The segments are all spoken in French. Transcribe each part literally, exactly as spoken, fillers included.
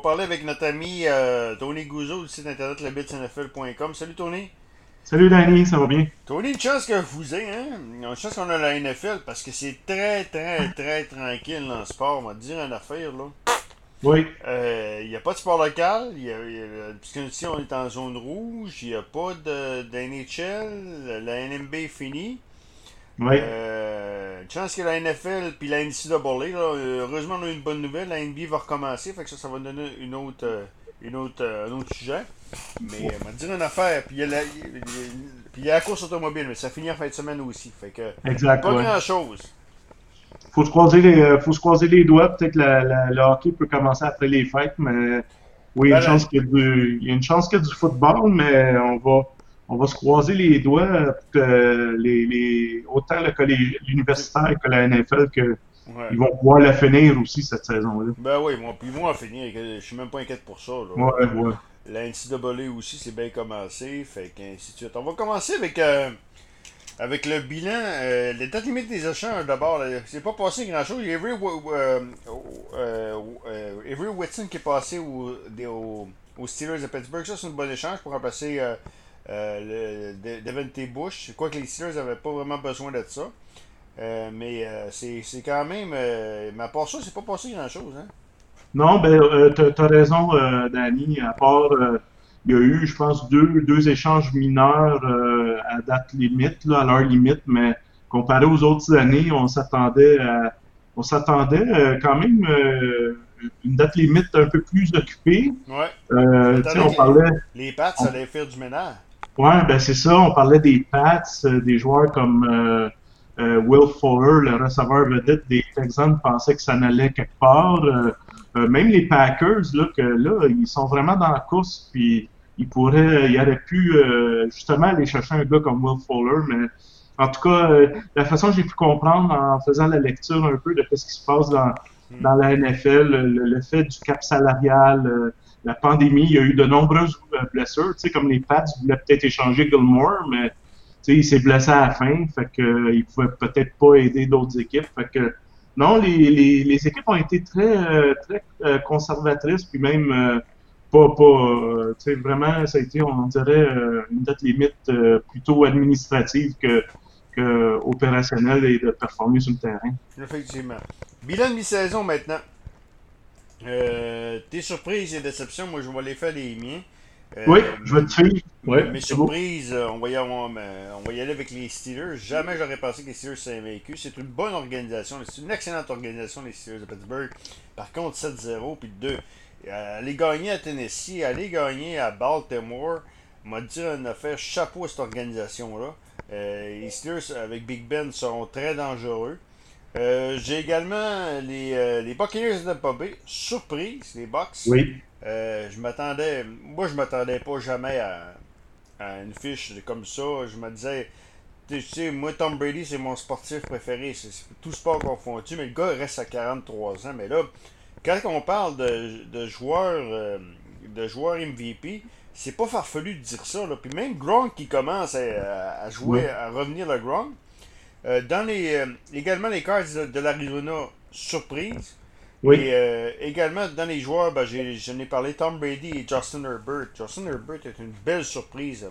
parler avec notre ami euh, Tony Gouzeau du site internet le bits n f l point com. Salut Tony. Salut Danny, ça va bien? Tony, une chance que vous ayez, hein? Une chance qu'on a la N F L parce que c'est très, très, très tranquille dans le sport. On va te dire une affaire, là. Oui, Il n'y a pas de sport local, y a, y a- puisque ici on est en zone rouge, il n'y a pas de, d'N H L, la N M B est finie. oui, Euh, une chance que la N F L puis la N C A A, là, euh, heureusement on a une bonne nouvelle, la N B A va recommencer, fait que ça, ça va donner une autre, euh, une autre, euh, un autre sujet. Mais euh, on va te dire une affaire, puis il y a la, il y a- puis il y a la course automobile, mais ça finit en fin de semaine aussi, fait que exact, pas ouais. grand chose. Faut se croiser les, euh, faut se croiser les doigts. Peut-être que la, la- le hockey peut commencer après les fêtes, mais oui, Ben une là, chance qu'il y a du, il y a une chance qu'il y a du football, mais on va, on va se croiser les doigts pour que les, les, autant le, que les- tu- l'universitaire que la N F L, que, ouais. ils vont pouvoir la finir aussi cette saison-là. Ben oui, moi, puis moi, on finit, je suis même pas inquiète pour ça, là. Ouais, Euh, ouais. La N C A A aussi, c'est bien commencé, fait qu'ainsi de suite. On va commencer avec, euh, avec le bilan, euh, les dates limites des échanges d'abord. Là. C'est pas passé grand-chose. Il y a Avery, euh, euh, euh, Avery Whitson qui est passé au, des- au- aux Steelers de Pittsburgh. Ça, c'est une bonne échange pour remplacer euh, euh, le, de, Devontae Bush. Quoique les Steelers n'avaient pas vraiment besoin de ça. Euh, mais euh, c'est c'est quand même. Euh, mais à part ça, c'est pas passé grand-chose. Hein? Non, ben, euh, t'as, t'as raison, euh, Danny. À part, euh, il y a eu, je pense, deux, deux échanges mineurs euh, à date limite, là, à l'heure limite, mais comparé aux autres années, on s'attendait à, on s'attendait euh, quand même euh, une date limite un peu plus occupée. Ouais. Je Euh, tu sais, m'attendais on que les, parlait, les Pats, ça on- allait faire du ménage. ouais, ben c'est ça, on parlait des Pats, euh, des joueurs comme euh, euh, Will Fuller, le receveur vedette des Texans, pensaient que ça n'allait quelque part. Euh, euh, même les Packers, là, que là, ils sont vraiment dans la course, puis ils pourraient, ils auraient pu euh, justement aller chercher un gars comme Will Fuller, mais en tout cas, euh, la façon que j'ai pu comprendre en faisant la lecture un peu de ce qui se passe dans, Hmm. dans la N F L, le, le fait du cap salarial, euh, la pandémie, il y a eu de nombreuses euh, blessures. Tu sais, comme les Pats voulaient peut-être échanger Gilmore, mais tu sais, il s'est blessé à la fin, fait que euh, il pouvait peut-être pas aider d'autres équipes. Fait que non, les, les, les équipes ont été très, euh, très euh, conservatrices, puis même euh, pas, pas euh, tu sais, vraiment, ça a été, on dirait, euh, une date limite euh, plutôt administrative que, que opérationnelle et de performer sur le terrain. Effectivement. Bilan de mi-saison maintenant. Euh, tes surprises et déceptions, moi je vais les faire les miens. Oui, Euh, je vais te suivre. Oui, mes c'est beau. surprises, euh, on va, y aller, on, euh, on va y aller avec les Steelers. Jamais j'aurais pensé que les Steelers seraient vaincus. C'est une bonne organisation. C'est une excellente organisation, les Steelers de Pittsburgh. Par contre, sept zéro, puis deux. Euh, aller gagner à Tennessee, aller gagner à Baltimore, m'a dit une affaire chapeau à cette organisation-là. Euh, les Steelers avec Big Ben seront très dangereux. Euh, j'ai également les, euh, les Buccaneers de Tampa Bay. Surprise, les Bucks. Oui, Euh, je m'attendais. Moi, je m'attendais pas jamais à, à une fiche comme ça. Je me disais, tu sais, moi, Tom Brady, c'est mon sportif préféré. C'est c'est tout sport confondu, mais le gars il reste à quarante-trois ans. Mais là, quand on parle de, de joueurs euh, de joueurs M V P, c'est pas farfelu de dire ça. Là. Puis même Gronk qui commence à, à oui, jouer, à revenir le Gronk. Euh, dans les, euh, également les Cards de, de l'Arizona, surprise. Et oui. euh, également dans les joueurs, ben, j'ai, j'en ai parlé, Tom Brady et Justin Herbert. Justin Herbert est une belle surprise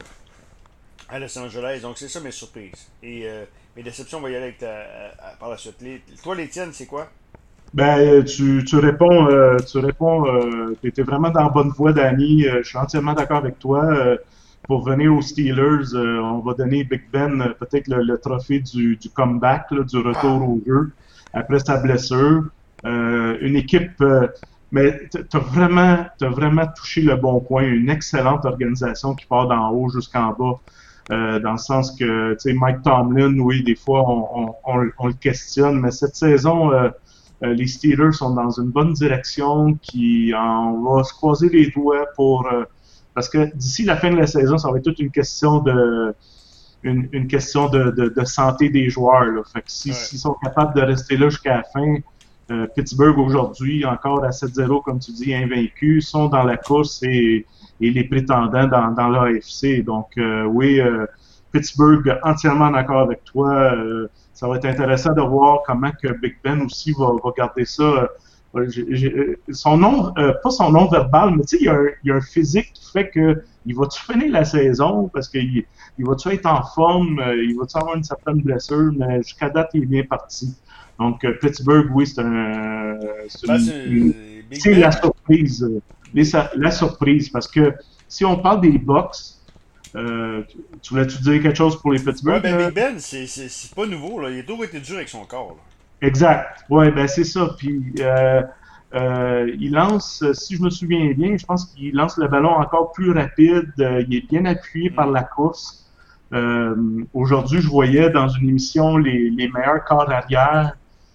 à Los Angeles, donc c'est ça mes surprises. Et euh, mes déceptions, on va y aller avec la- à- à- par la suite. Les- toi, les tiennes, c'est quoi? Ben, tu, tu réponds, euh, tu réponds, euh, tu étais vraiment dans la bonne voie, Danny. Euh, je suis entièrement d'accord avec toi. Euh, pour venir aux Steelers, euh, on va donner Big Ben euh, peut-être le, le trophée du, du comeback, là, du retour Ah! au jeu après sa blessure. Euh, une équipe, euh, mais tu as vraiment, t'as vraiment touché le bon point. Une excellente organisation qui part d'en haut jusqu'en bas. Euh, dans le sens que, tu sais, Mike Tomlin, oui, des fois, on, on, on, on le questionne, mais cette saison, euh, euh, les Steelers sont dans une bonne direction, qui on va se croiser les doigts pour euh, parce que d'ici la fin de la saison, ça va être toute une question de une, une question de, de, de santé des joueurs. Là. Fait que si, Ouais. s'ils sont capables de rester là jusqu'à la fin, euh, Pittsburgh aujourd'hui, encore à sept zéro, comme tu dis, invaincus, sont dans la course et, et les prétendants dans, dans l'A F C. Donc euh, oui, euh, Pittsburgh, entièrement d'accord avec toi. Euh, ça va être intéressant de voir comment que Big Ben aussi va, va garder ça Ouais, j'ai- j'ai- son nom, euh, pas son nom verbal, mais tu sais, il y, a un- il y a un physique qui fait que il va-tu finir la saison parce qu'il il va-tu être en forme, euh, il va-tu avoir une certaine blessure, mais jusqu'à date, il est bien parti. Donc, euh, Pittsburgh, oui, c'est un, c'est Ben, une, une- c'est Big c'est la Ben. surprise. euh, les- Big- la surprise, parce que si on parle des Bucks, euh, tu tu voulais-tu dire quelque chose pour les Ouais, Pittsburgh? ben euh? Big Ben, c'est c'est- c'est pas nouveau, là. Il a toujours été dur avec son corps, là. Exact. Ouais, ben c'est ça. Puis euh, euh, il lance, euh, si je me souviens bien, je pense qu'il lance le ballon encore plus rapide. Euh, il est bien appuyé par Hmm. la course. Euh, Aujourd'hui, je voyais dans une émission les, les meilleurs corps arrière,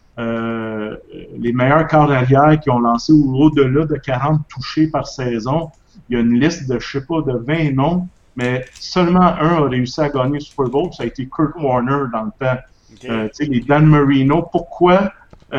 euh, les meilleurs corps arrière qui ont lancé au-delà de quarante touchés par saison. Il y a une liste de, je sais pas, de vingt noms, mais seulement un a réussi à gagner le Super Bowl. Ça a été Kurt Warner dans le temps. OK. Euh, tu sais, les Dan Marino. Pourquoi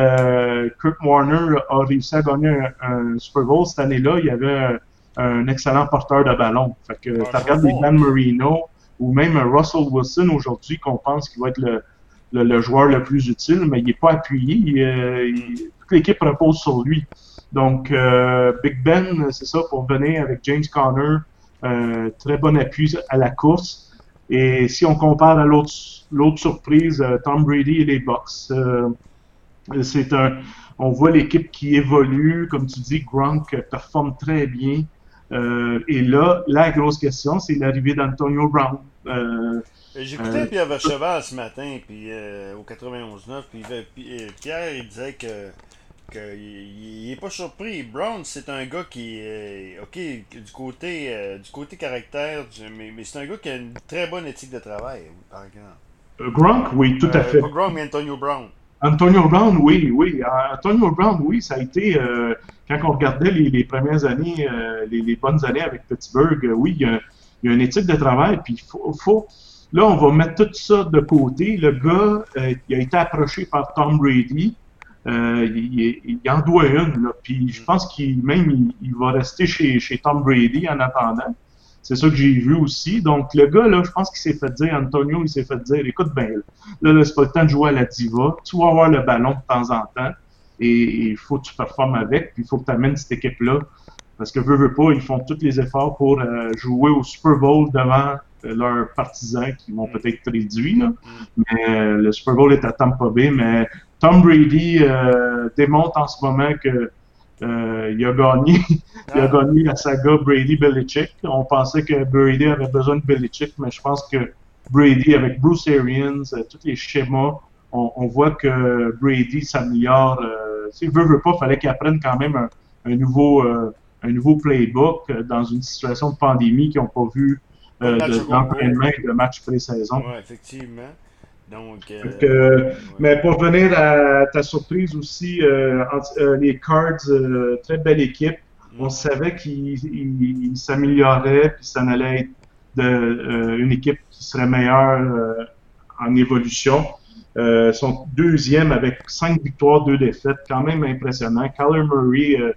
euh, Kurt Warner a réussi à gagner un, un Super Bowl cette année-là? Il y avait un, un excellent porteur de ballon. Fait que Ah, tu je sais regardes les pas. Dan Marino ou même Russell Wilson aujourd'hui qu'on pense qu'il va être le, le, le joueur le plus utile, mais il n'est pas appuyé. Il, euh, Hmm. il- toute l'équipe repose sur lui. Donc, euh, Big Ben, c'est ça, pour venir avec James Conner, euh, très bon appui à la course. Et si on compare à l'autre l'autre surprise, euh, Tom Brady et les Bucks, euh, c'est un, on voit l'équipe qui évolue, comme tu dis, Gronk performe très bien. Euh, et là, la grosse question, c'est l'arrivée d'Antonio Brown. Euh, J'écoutais euh, Pierre Vercheval ce matin, puis euh, au quatre-vingt-onze neuf, puis, il- puis, euh, Pierre, il disait que, que il, il est pas surpris. Brown, c'est un gars qui est, ok, du côté, euh, du côté caractère, du- mais, mais c'est un gars qui a une très bonne éthique de travail, par exemple. Gronk, oui, tout à Euh, fait. pas Brown, mais Antonio Brown. Antonio Brown, oui, oui. Euh, Antonio Brown, oui, ça a été, euh, quand on regardait les, les premières années, euh, les, les bonnes années avec Pittsburgh, euh, oui, il y, a, il y a une éthique de travail, puis il faut, faut, là, on va mettre tout ça de côté. Le gars, euh, il a été approché par Tom Brady, euh, il, il, il en doit une, là, puis je Mm. pense qu'il même il, il va rester chez, chez Tom Brady en attendant. C'est ça que j'ai vu aussi. Donc, le gars, là, je pense qu'il s'est fait dire, Antonio, il s'est fait dire, écoute bien, là, là c'est pas le temps de jouer à la diva. Tu vas avoir le ballon de temps en temps et il faut que tu performes avec, puis il faut que tu amènes cette équipe-là. Parce que, veux, veux pas, ils font tous les efforts pour euh, jouer au Super Bowl devant euh, leurs partisans qui vont Mm. peut-être réduits, là. Mm. Mais euh, le Super Bowl est à Tampa Bay. Mais Tom Brady euh, démontre en ce moment que euh, il a gagné, il a Ah, gagné la saga Brady-Belichick. On pensait que Brady avait besoin de Belichick, mais je pense que Brady, avec Bruce Arians, euh, tous les schémas, on, on voit que Brady s'améliore. Euh, S'il veut, veut pas, il fallait qu'il apprenne quand même un, un nouveau, euh, un nouveau playbook euh, dans une situation de pandémie qu'ils n'ont pas vu pas de euh, match de- au concours. d'entraînement et de match pré-saison. Ouais, effectivement. Donc, Donc, euh, euh, ouais. mais pour revenir à ta surprise aussi, euh, en- euh, les Cards, euh, très belle équipe. On Mm. savait qu'ils ils- ils s'amélioraient, puis ça allait être de, euh, une équipe qui serait meilleure euh, en évolution. Euh, sont deuxième avec cinq victoires, deux défaites, quand même impressionnant. Kyler Murray, euh,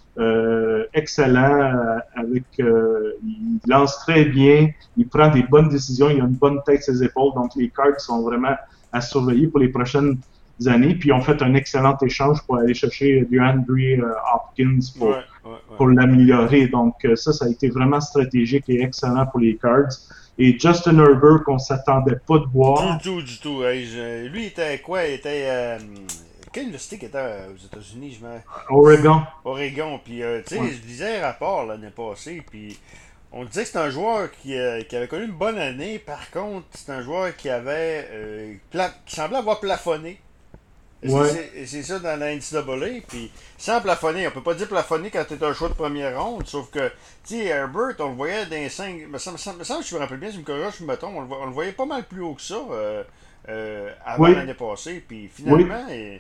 euh, excellent, euh, avec, euh, il lance très bien, il prend des bonnes décisions, il a une bonne tête sur ses épaules, donc les Cards sont vraiment à surveiller pour les prochaines années. Puis ils ont fait un excellent échange pour aller chercher DeAndre euh, Hopkins pour, Ouais, ouais, ouais. pour l'améliorer. Donc euh, ça, ça a été vraiment stratégique et excellent pour les Cards. Et Justin Herbert, qu'on s'attendait pas de Du voir, tout, du tout. Hey, je- lui, il était quoi? Il était. Euh, quelle université qu'il était euh, aux États-Unis? Je me... Oregon. Oregon. Puis, euh, tu sais, Ouais. je lisais un rapport l'année passée. Puis, on disait que c'est un joueur qui, euh, qui avait connu une bonne année. Par contre, c'est un joueur qui avait. Euh, pla- qui semblait avoir plafonné. Est-ce que Ouais. c'est c'est ça dans la N C A A? Puis, sans plafonner, on peut pas dire plafonner quand t'es un choix de première ronde, sauf que, tu sais, Herbert, on le voyait dans les cinq. Me semble, me semble, je me rappelle bien, si je me corrige, je me trompe, on le, vo- on le voyait pas mal plus haut que ça euh, euh, avant Oui. l'année passée. Puis, Oui. finalement, il,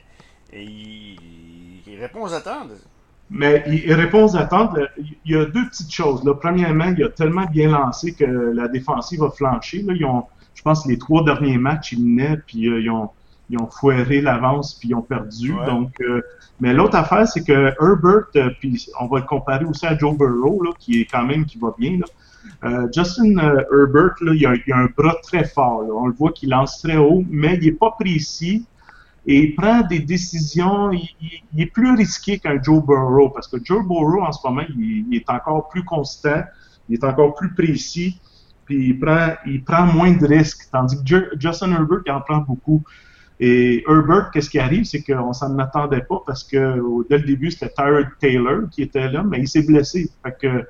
il, il répond aux attentes. Mais il, il répond aux attentes. Il y a deux petites choses. Là. Premièrement, il a tellement bien lancé que la défensive a flanché. Là. Ils ont, je pense, les trois derniers matchs, ils menaient, puis euh, ils ont, ils ont foiré l'avance, puis ils ont perdu. Ouais. Donc, euh, mais l'autre affaire, c'est que Herbert, euh, puis on va le comparer aussi à Joe Burrow, là, qui est quand même qui va bien. Là. Euh, Justin euh, Herbert, là, il, a, il a un bras très fort. Là. On le voit qu'il lance très haut, mais il n'est pas précis. et il prend des décisions, il, il, il est plus risqué qu'un Joe Burrow, parce que Joe Burrow, en ce moment, il, il est encore plus constant, il est encore plus précis, puis il prend, il prend moins de risques, tandis que Justin Herbert, il en prend beaucoup. Et Herbert, qu'est-ce qui arrive, c'est qu'on s'en attendait pas, parce que dès le début, c'était Tyrod Taylor qui était là, mais il s'est blessé. Fait que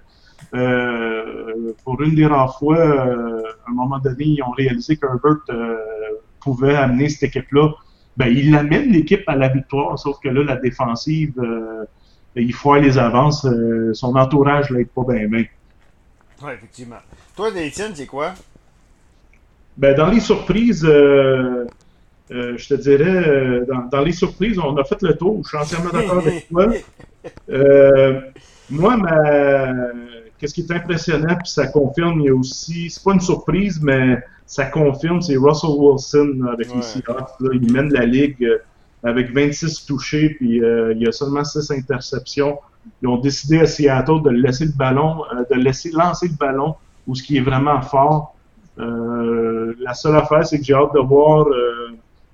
euh, pour une des rares fois, euh, à un moment donné, ils ont réalisé qu'Herbert euh, pouvait amener cette équipe-là. Ben, il amène l'équipe à la victoire, sauf que là, la défensive, euh, il foire les avances. Euh, son entourage l'aide pas bien, bien. Oui, effectivement. Toi, Étienne, c'est quoi? Ben, dans les surprises, euh, euh, je te dirais, euh, dans, dans les surprises, on a fait le tour. Je suis entièrement d'accord avec toi. Euh, moi, ma, qu'est-ce qui est impressionnant, puis ça confirme, il y a aussi, c'est pas une surprise, mais ça confirme, c'est Russell Wilson avec Ouais. les Seahawks. Là, il mène la ligue euh, avec vingt-six touchés, puis euh, il y a seulement six interceptions. Ils ont décidé à Seattle de laisser le ballon, euh, de laisser lancer le ballon où ce qui est vraiment fort. Euh, la seule affaire, c'est que j'ai hâte de voir, euh,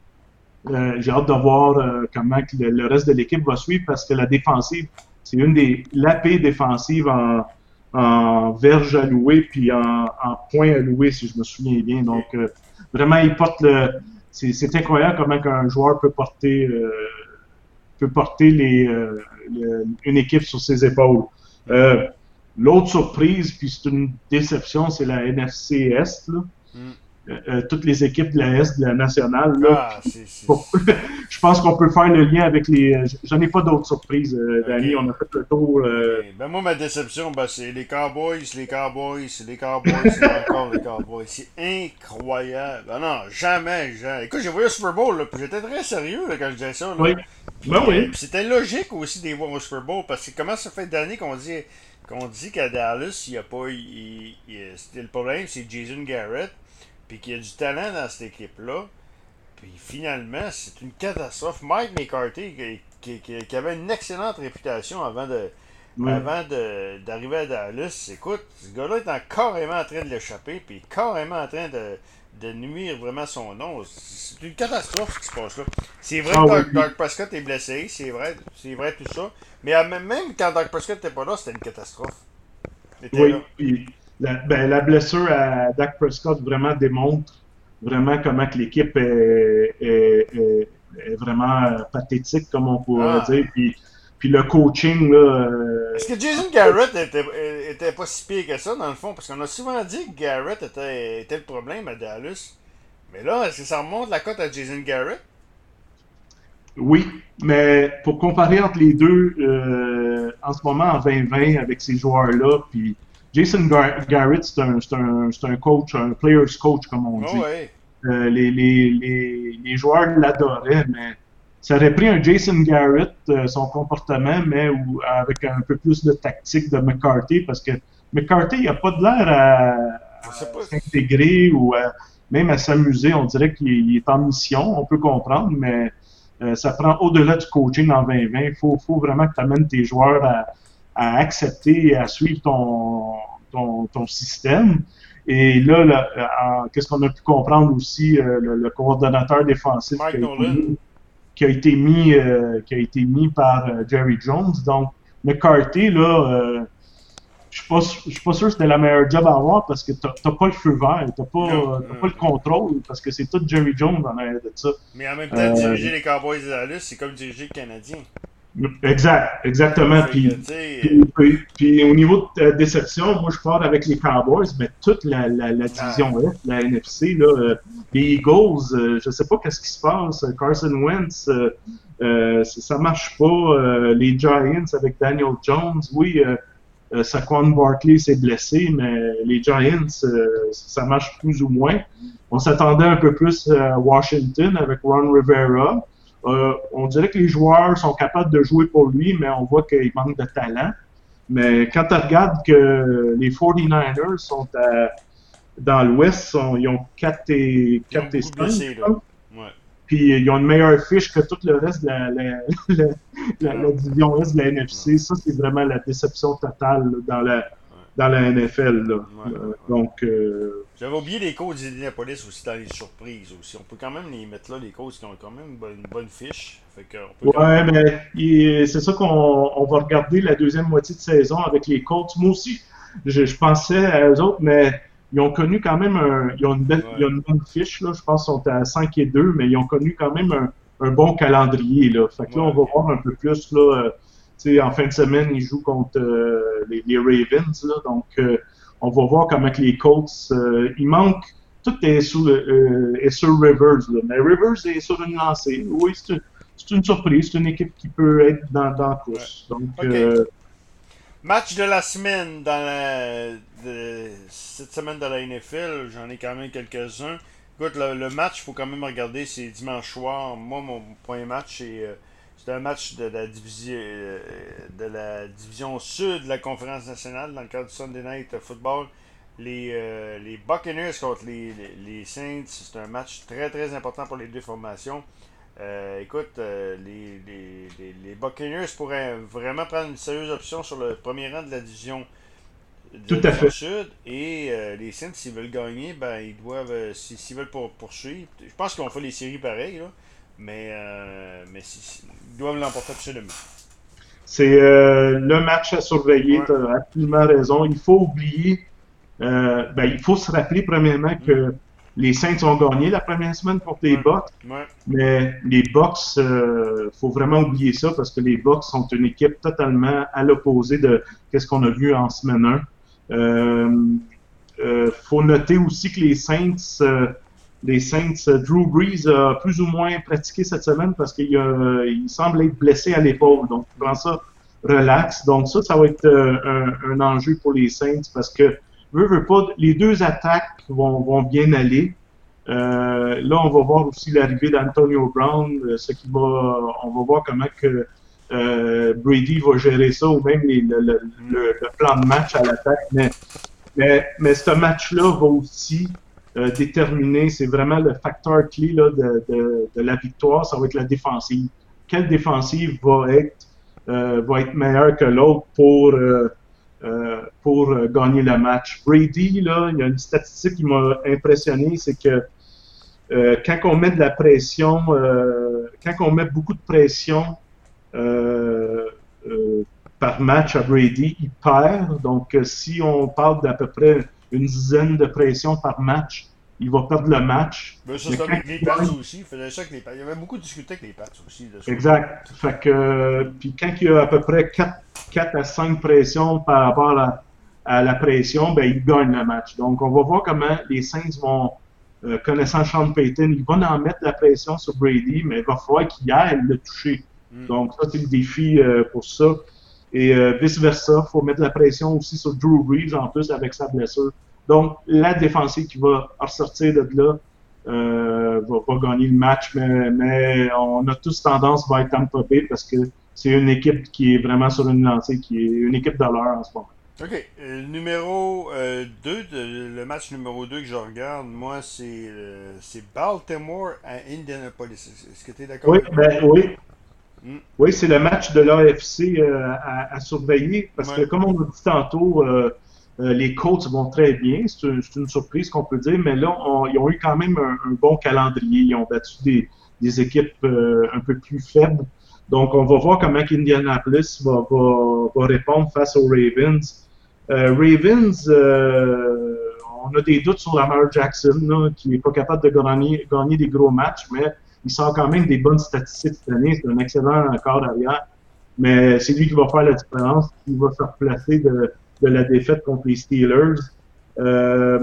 euh, j'ai hâte de voir euh, comment que le, le reste de l'équipe va suivre, parce que la défensive, c'est une des l'A P défensive en, en verge allouée puis en, en points alloués, si je me souviens bien. Donc, euh, vraiment, il porte le. C'est, c'est incroyable comment qu'un joueur peut porter, euh, peut porter les, euh, le, une équipe sur ses épaules. Euh, l'autre surprise, puis c'est une déception, c'est la N F C Est. Là. Mm. Euh, euh, toutes les équipes de la Est, de la nationale. Là, Ah, c'est, c'est... pour, je pense qu'on peut faire le lien avec les. J'en ai pas d'autres surprises, euh, Danny. Okay. On a fait le tour. Euh... Okay. Ben, moi, ma déception, ben, c'est les Cowboys, les Cowboys, c'est les Cowboys, c'est encore les Cowboys. C'est incroyable. Ben non, jamais, jamais. Écoute, j'ai vu le Super Bowl, là, puis j'étais très sérieux là, quand je disais ça. Là. Oui. Puis, Ben oui. euh, puis c'était logique aussi de les voir au Super Bowl, parce que comment ça fait d'années qu'on dit, qu'on dit qu'à Dallas, il y a pas. Il, il, c'était le problème, c'est Jason Garrett, puis qu'il y a du talent dans cette équipe-là. Puis finalement, c'est une catastrophe. Mike McCarthy, qui, qui, qui avait une excellente réputation avant de oui. avant de, d'arriver à Dallas, écoute, ce gars-là est en, carrément en train de l'échapper, puis carrément en train de, de nuire vraiment son nom. C'est une catastrophe ce qui se passe là. C'est vrai ah, que Doug, oui. Doug Prescott est blessé, c'est vrai, c'est vrai tout ça. Mais même quand Doug Prescott n'était pas là, c'était une catastrophe. Oui, là. Puis la, ben, la blessure à Dak Prescott vraiment démontre vraiment comment que l'équipe est, est, est, est vraiment pathétique, comme on pourrait ah. dire. Puis, puis le coaching, là... Euh... Est-ce que Jason Garrett était, était pas si pire que ça, dans le fond? Parce qu'on a souvent dit que Garrett était, était le problème à Dallas. Mais là, est-ce que ça remonte la cote à Jason Garrett? Oui, mais pour comparer entre les deux, euh, en ce moment, en vingt vingt, avec ces joueurs-là, puis... Jason Gar- Garrett, c'est un, c'est, un, c'est un coach, un player's coach, comme on dit. Oh ouais. euh, les, les, les, les joueurs l'adoraient, mais ça aurait pris un Jason Garrett, euh, son comportement, mais où, avec un peu plus de tactique de McCarthy, parce que McCarthy, il n'a pas de l'air à, à s'intégrer ou à, même à s'amuser. On dirait qu'il il est en mission, on peut comprendre, mais euh, ça prend au-delà du coaching en vingt vingt. Il faut, faut vraiment que tu amènes tes joueurs à à accepter et à suivre ton, ton, ton système. Et là, là en, qu'est-ce qu'on a pu comprendre aussi, euh, le, le coordonnateur défensif qui a, été, qui a été mis, euh, qui a été mis par euh, Jerry Jones. Donc, McCarthy, là, euh, je ne suis pas sûr que c'était la meilleure job à avoir parce que tu n'as pas le feu vert, tu n'as pas, non, t'as non, pas le contrôle parce que c'est tout Jerry Jones en arrière de ça. Mais en même temps, euh, diriger les Cowboys de Dallas, c'est comme diriger le Canadien. Exact, exactement. Puis, puis, puis, puis au niveau de euh, déception, moi je pars avec les Cowboys, mais toute la, la, la division Est, la N F C, là, euh, les Eagles, euh, je sais pas qu'est-ce qui se passe. Carson Wentz, euh, euh, ça marche pas. Euh, les Giants avec Daniel Jones, oui, euh, euh, Saquon Barkley s'est blessé, mais les Giants, euh, ça marche plus ou moins. On s'attendait un peu plus à Washington avec Ron Rivera. Euh, on dirait que les joueurs sont capables de jouer pour lui, mais on voit qu'il manque de talent. Mais quand tu regardes que les forty-niners sont à, dans l'Ouest, sont, ils ont quatre et cinq. Ouais. Puis ils ont une meilleure fiche que tout le reste de la, la, la, la, la division Est de la N F C. Ça, c'est vraiment la déception totale là, dans, la, dans la N F L. Là. Ouais, ouais, Euh, ouais. donc, euh, J'avais oublié les Colts d'Indianapolis aussi dans les surprises aussi. On peut quand même les mettre là, les Colts qui ont quand même une bonne, une bonne fiche. Fait qu'on peut quand même. ouais, mais il- c'est ça qu'on on va regarder la deuxième moitié de saison avec les Colts. Moi aussi, je, je pensais à eux autres, mais ils ont connu quand même un, ils ont une belle, ils Ouais, ont une bonne fiche, là. Je pense qu'ils sont à cinq et deux, mais ils ont connu quand même un, un bon calendrier, là. Fait que là, on ouais, va voir un peu plus, là. euh, tu sais, en fin de semaine, ils jouent contre euh, les, les Ravens, là. Donc, euh, on va voir comment que les Colts, euh, il manque, tout est sur, le, euh, est sur Rivers, là. Mais Rivers est sur une lancée. Oui, c'est c'est une surprise. C'est une équipe qui peut être dans, dans la ouais. course. Donc, OK. euh, Match de la semaine dans la, de, cette semaine de la N F L, j'en ai quand même quelques-uns. Écoute, le, le match, il faut quand même regarder, c'est dimanche soir. Moi, mon premier match, c'est euh, c'est un match de la, division, euh, de la division sud de la conférence nationale dans le cadre du Sunday Night Football. Les, euh, les Buccaneers contre les, les, les Saints, c'est un match très très important pour les deux formations. Euh, écoute, euh, les, les, les, les Buccaneers pourraient vraiment prendre une sérieuse option sur le premier rang de la division de tout la à division fait. sud. Et euh, les Saints, s'ils veulent gagner, ben ils doivent, euh, s'ils s'ils veulent pour, poursuivre, je pense qu'on fait les séries pareilles, là, mais, euh, mais si- si- ils doivent l'emporter absolument. C'est euh, le match à surveiller. Ouais. Tu as absolument raison. Il faut oublier, euh, ben, il faut se rappeler premièrement Mm. que les Saints ont gagné la première semaine contre les Ouais. Bucks, Ouais. mais les Bucks, euh, faut vraiment oublier ça parce que les Bucks sont une équipe totalement à l'opposé de ce qu'on a vu en semaine un. Euh, euh, faut noter aussi que les Saints, euh, les Saints, euh, Drew Brees a plus ou moins pratiqué cette semaine parce qu'il a- il semble être blessé à Mm. l'épaule. Donc, il Mm. prend ça relax. Donc, ça, ça va être euh, un, un enjeu pour les Saints parce que, veut, veut pas, les deux attaques vont, vont bien aller. Euh, là, on va voir aussi l'arrivée d'Antonio Brown, euh, ce qui va, on va voir comment que euh, Brady va gérer ça ou même les- le, le- Mm. le- le plan de match à l'attaque. Mais mais, mais ce match-là va aussi euh, déterminer, c'est vraiment le facteur clé là, de, de, de la victoire, ça va être la défensive. Quelle défensive va être, euh, va être meilleure que l'autre pour, euh, euh, pour euh, gagner le match? Brady, là, il y a une statistique qui m'a impressionné, c'est que euh, quand on met de la pression, euh, quand on met beaucoup de pression euh, euh, par match à Brady, il perd. Donc, euh, si on parle d'à peu près une dizaine de pressions par match, il va perdre le match. Ben, ça, Mais c'est quand avec les il Pats gagne, aussi. Il faisait ça avec les Pats. Il y avait beaucoup discuté avec les Pats aussi de ça. exact. Fait que, euh, puis quand il y a à peu près quatre, quatre à cinq pressions par rapport à, à la pression, ben, il gagne le match. Donc, on va voir comment les Saints vont, euh, connaissant Sean Payton, ils vont en mettre la pression sur Brady, mais il va falloir qu'il aille le toucher. Mm. Donc, ça, c'est le défi euh, pour ça. Et euh, vice-versa, il faut mettre la pression aussi sur Drew Brees en plus avec sa blessure. Donc, la défensive qui va ressortir de là euh, va, va gagner le match, mais, mais on a tous tendance vers Tampa Bay parce que c'est une équipe qui est vraiment sur une lancée, qui est une équipe de l'heure en ce moment. OK. Euh, numéro euh, deux, de- le match numéro deux que je regarde, moi, c'est euh, c'est Baltimore à Indianapolis. Est-ce que tu es d'accord Oui, avec moi? ben oui, Mm. oui, c'est le match de l'A F C euh, à, à surveiller parce que, Ouais. comme on a dit tantôt, euh, euh, les Colts vont très bien. C'est une, c'est une surprise qu'on peut dire, mais là, on- ils ont eu quand même un, un bon calendrier. Ils ont battu des, des équipes euh, un peu plus faibles. Donc, on va voir comment Indianapolis va, va, va répondre face aux Ravens. Euh, Ravens, euh, on a des doutes sur Lamar Jackson, là, qui n'est pas capable de gagner, gagner des gros matchs, mais il sort quand même des bonnes statistiques cette année. C'est un excellent corps arrière. Mais c'est lui qui va faire la différence, qui va se replacer de, de la défaite contre les Steelers. Euh,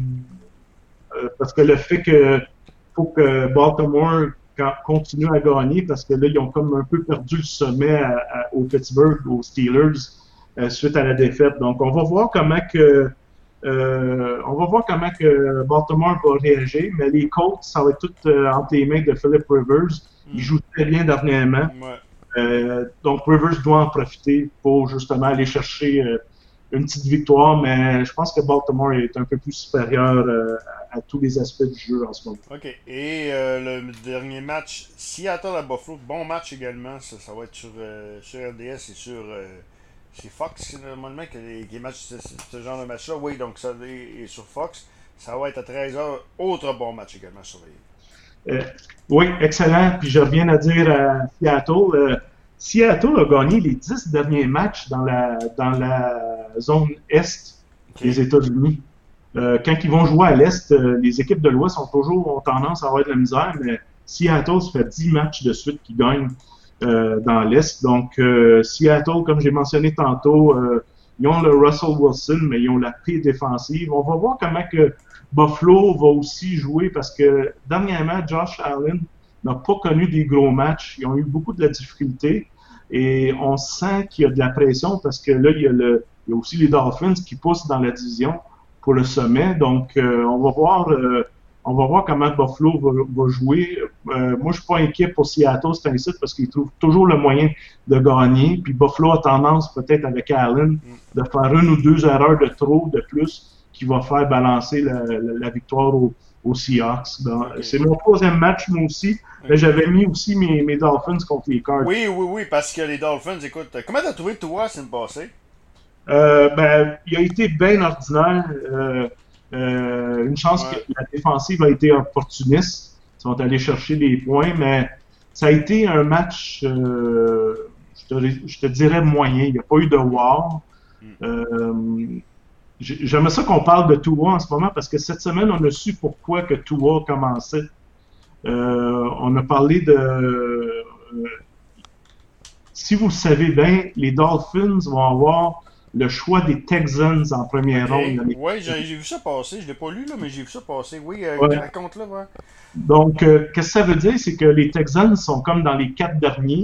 euh, parce que le fait que faut que Baltimore continue à gagner, parce que là, ils ont comme un peu perdu le sommet à, à, au Pittsburgh, aux Steelers, euh, suite à la défaite. Donc, on va voir comment que euh, on va voir comment que Baltimore va réagir, mais les Colts, ça va être tout euh, entre les mains de Philip Rivers. Il Mm. joue très bien dernièrement. Ouais. Euh, donc Rivers doit en profiter pour justement aller chercher euh, une petite victoire, mais je pense que Baltimore est un peu plus supérieur euh, à, à tous les aspects du jeu en ce moment. OK. Et euh, le dernier match, Seattle à Buffalo, bon match également. Ça, ça va être sur, euh, sur R D S et sur, euh, C'est Fox, normalement, que les, les matchs, ce, ce genre de match-là. Oui, donc ça est sur Fox. Ça va être à treize heures. Autre bon match également surveillé. Euh, oui, excellent. Puis je reviens à dire à Seattle. Euh, Seattle a gagné les dix derniers matchs dans la, dans la zone Est Okay. des États-Unis. Euh, quand ils vont jouer à l'Est, euh, les équipes de l'Ouest ont toujours ont tendance à avoir de la misère, mais Seattle, ça fait dix matchs de suite qu'ils gagnent euh, dans l'Est. Donc, euh, Seattle, comme j'ai mentionné tantôt, euh, ils ont le Russell Wilson, mais ils ont la pire défensive. On va voir comment que Buffalo va aussi jouer parce que dernièrement, Josh Allen n'a pas connu des gros matchs. Ils ont eu beaucoup de la difficulté et on sent qu'il y a de la pression parce que là, il y a, le, il y a aussi les Dolphins qui poussent dans la division pour le sommet. Donc, euh, on va voir euh, on va voir comment Buffalo va, va jouer. Euh, moi, je suis pas inquiet pour Seattle, c'est ainsi, parce qu'ils trouvent toujours le moyen de gagner. Puis Buffalo a tendance, peut-être avec Allen, de faire une ou deux erreurs de trop, de plus, qui va faire balancer la, la, la victoire aux, aux Seahawks. Donc, okay. C'est mon troisième match, moi aussi. Okay. Mais j'avais mis aussi mes, mes Dolphins contre les Cards. Oui, oui, oui, parce que les Dolphins, écoute, comment t'as trouvé toi, c'est passé? Euh, ben, il a été bien ordinaire. Euh, euh, une chance ouais. que la défensive a été opportuniste. Ils sont allés chercher des points, mais ça a été un match, euh, je, te, je te dirais, moyen. Il n'y a pas eu de wow. Mm. Euh, J'aimerais ça qu'on parle de Tua en ce moment parce que cette semaine, on a su pourquoi que Tua commençait. Euh, on a parlé de... Euh, si vous le savez bien, les Dolphins vont avoir le choix des Texans en première okay. ronde. Oui, j'ai vu ça passer. Je ne l'ai pas lu, là, mais j'ai vu ça passer. Oui, euh, ouais. raconte-le. Ouais. Donc, euh, qu'est-ce que ça veut dire? C'est que les Texans sont comme dans les quatre derniers,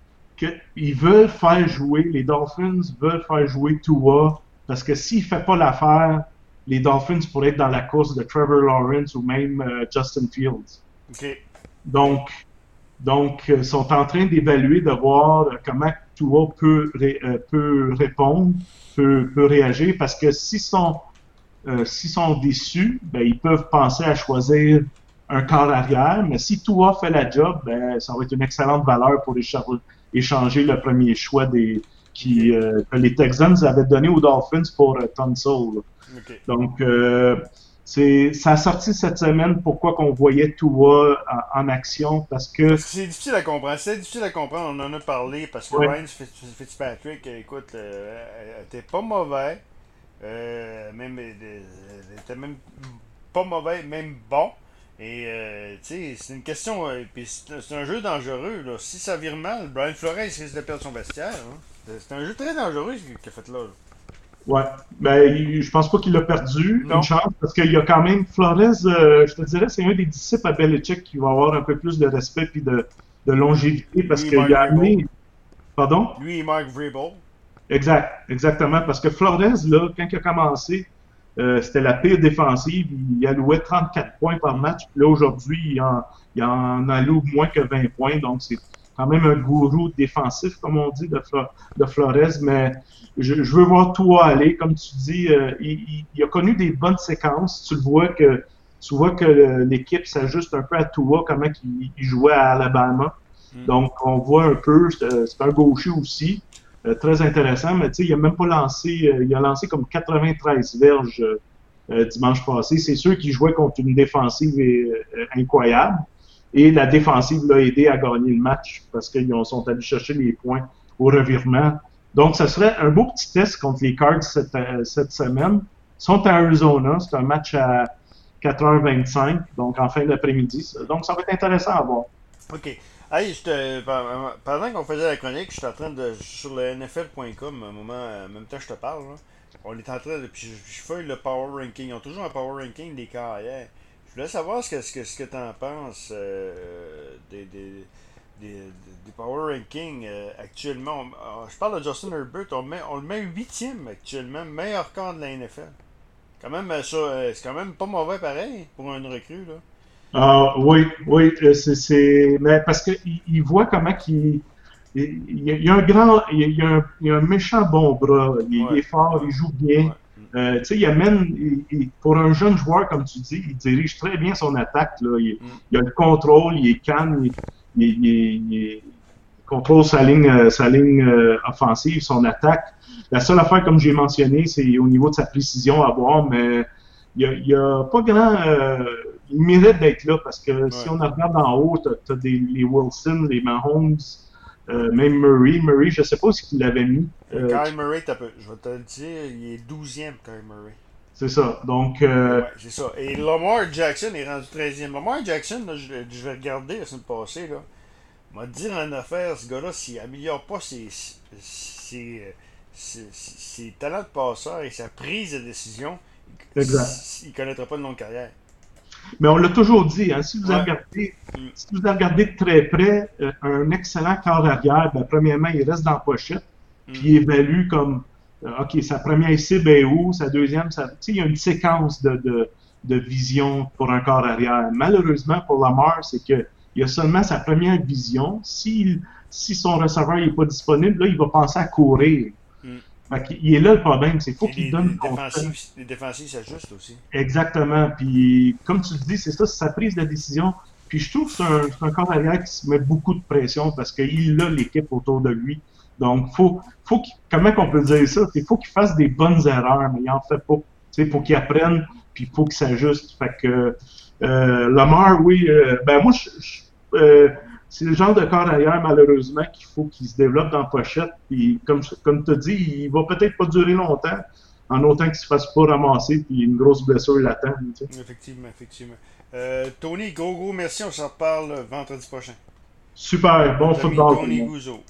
qu'ils veulent faire jouer, les Dolphins veulent faire jouer Tua, parce que s'il ne fait pas l'affaire, les Dolphins pourraient être dans la course de Trevor Lawrence ou même euh, Justin Fields. Okay. Donc, donc, ils sont en train d'évaluer, de voir comment Tua peut, ré, euh, peut répondre, peut, peut réagir, parce que s'ils sont, euh, s'ils sont déçus, ben, ils peuvent penser à choisir un corps arrière, mais si Tua fait la job, ben, ça va être une excellente valeur pour échanger le premier choix des, qui, euh, que les Texans avaient donné aux Dolphins pour euh, Tunsil. Okay. Donc, euh, c'est, ça a sorti cette semaine pourquoi qu'on voyait Tua en, en action, parce que... Parce que c'est difficile à comprendre. C'est difficile à comprendre, on en a parlé, parce que ouais. Ryan Fitzpatrick, écoute, euh, était pas mauvais, euh, même, était même pas mauvais, même bon. Et, euh, tu sais, c'est une question, euh, puis c'est un jeu dangereux, là. Si ça vire mal, Brian Flores risque de perdre son vestiaire, hein. C'est un jeu très dangereux qu'il a fait là, là. Ouais, ben je pense pas qu'il l'a perdu, non. Une chance, parce qu'il y a quand même Flores, euh, je te dirais, c'est un des disciples à Belichick qui va avoir un peu plus de respect puis de, de longévité, parce qu'il a amené... Pardon? Lui et Mark Vrabel. Exact, exactement, parce que Flores, là, quand il a commencé, euh, c'était la pire défensive, il allouait trente-quatre points par match, puis là, aujourd'hui, il en, il en alloue moins que vingt points, donc c'est quand même un gourou défensif, comme on dit, de, Flo- de Flores, mais je, je veux voir Tua aller, comme tu dis, euh, il, il, il a connu des bonnes séquences, tu le vois que tu vois que l'équipe s'ajuste un peu à Tua, comment il, il jouait à Alabama, mm. donc on voit un peu, c'est, c'est un gaucher aussi, euh, très intéressant, mais tu sais, il a même pas lancé, euh, il a lancé comme quatre-vingt-treize verges euh, dimanche passé, c'est sûr qu'il jouait contre une défensive euh, incroyable, et la défensive l'a aidé à gagner le match parce qu'ils sont allés chercher les points au revirement. Donc, ce serait un beau petit test contre les Cards cette, euh, cette semaine. Ils sont à Arizona. C'est un match à quatre heures vingt-cinq, donc en fin d'après-midi. Donc, ça va être intéressant à voir. OK. Hey, je te, pendant qu'on faisait la chronique, je suis en train de... Sur le N F L point com, un moment, en même temps que je te parle, là, on est en train de... Puis je, je feuille le Power Ranking. Ils ont toujours un Power Ranking des carrières. Je voulais savoir ce que, ce que, ce que tu en penses euh, des, des, des, des Power Rankings euh, actuellement. On, je parle de Justin Herbert, on, met, on le met huitième actuellement, meilleur corps de la N F L. Quand même, ça, c'est quand même pas mauvais pareil pour une recrue, là. Ah, oui, oui, c'est, c'est... Mais parce qu'il il voit comment qu'il... Il, il y a un grand... Il y a un, il y a un méchant bon bras. Il, ouais. il est fort, il joue bien. Ouais. Euh, tu sais, il amène, il, il, pour un jeune joueur, comme tu dis, il dirige très bien son attaque, là. Il, mm. il a le contrôle, il est calme, il, il, il, il, contrôle sa ligne, euh, sa ligne euh, offensive, son attaque. La seule affaire, comme j'ai mentionné, c'est au niveau de sa précision à voir, mais il n'y a, a pas grand... Euh, il mérite d'être là parce que Ouais. si on regarde en haut, tu as des, les Wilson, les Mahomes, euh, même Murray. Murray, je ne sais pas ce qu'il l'avait mis. Euh, Euh, Kyle Murray, t'as peu. Je vais te le dire, il est douzième, Kyle Murray. c'est ça. Donc, euh, Ouais, c'est ça. Et Lamar Jackson est rendu treizième. Lamar Jackson, là, je, je vais regarder la semaine passée, là. M'a dire en affaire, ce gars-là, s'il améliore pas ses, ses, ses, ses talents de passeur et sa prise de décision, exact. il ne connaîtra pas de longue carrière. Mais on l'a toujours dit, hein, si vous Ouais. regardez, Mm. si vous regardez de très près, euh, un excellent corps arrière, ben, premièrement, il reste dans la pochette, Mm. puis il évalue comme, euh, OK, sa première cible est où, sa deuxième, ça, tu sais, il y a une séquence de, de, de vision pour un corps arrière. Malheureusement, pour Lamar, c'est que il y a seulement sa première vision. Si, si son receveur n'est pas disponible, là, il va penser à courir. Mm. Fait qu'il est là le problème, c'est qu'il faut Et qu'il les, donne les son temps. défensifs, les défensifs s'ajustent aussi. Exactement. Puis, comme tu le dis, c'est ça, c'est sa prise de décision. Puis, je trouve que c'est un, c'est un corps arrière qui se met beaucoup de pression parce qu'il a l'équipe autour de lui. Donc, faut, faut qu'il, comment on peut dire ça? Il faut qu'il fasse des bonnes erreurs, mais il en fait pas. Il faut qu'il apprenne, puis il faut qu'il s'ajuste. Fait que, euh, Lamar, oui, euh, ben moi, je, je, euh, c'est le genre de corps arrière, malheureusement, qu'il faut qu'il se développe dans la pochette. Puis, comme, comme tu as dit, il va peut-être pas durer longtemps, en autant qu'il se fasse pas ramasser, puis une grosse blessure l'attend. Tu sais. Effectivement, effectivement. Euh, Tony, gros, gros merci. On s'en reparle vendredi prochain. Super, bon Notre ami football. Tony Gouzeau.